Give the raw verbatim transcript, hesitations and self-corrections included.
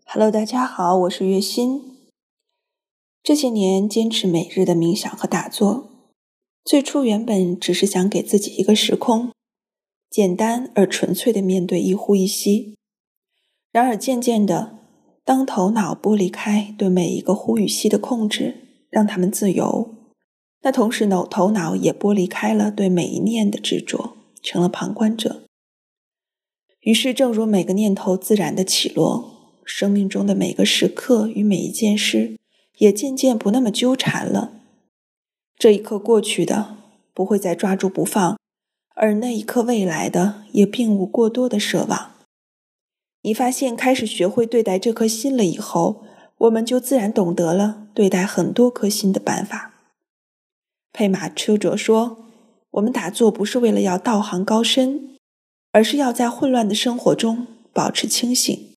Hello， 大家好，我是月心。这些年坚持每日的冥想和打坐，最初原本只是想给自己一个时空，简单而纯粹的面对一呼一吸。然而渐渐的，当头脑剥离开对每一个呼与吸的控制，让它们自由，那同时呢，头脑也剥离开了对每一念的执着，成了旁观者。于是正如每个念头自然的起落，生命中的每个时刻与每一件事也渐渐不那么纠缠了。这一刻过去的不会再抓住不放，而那一刻未来的也并无过多的奢望。你发现开始学会对待这颗心了以后，我们就自然懂得了对待很多颗心的办法。佩马车哲说，我们打坐不是为了要道行高深，而是要在混乱的生活中保持清醒。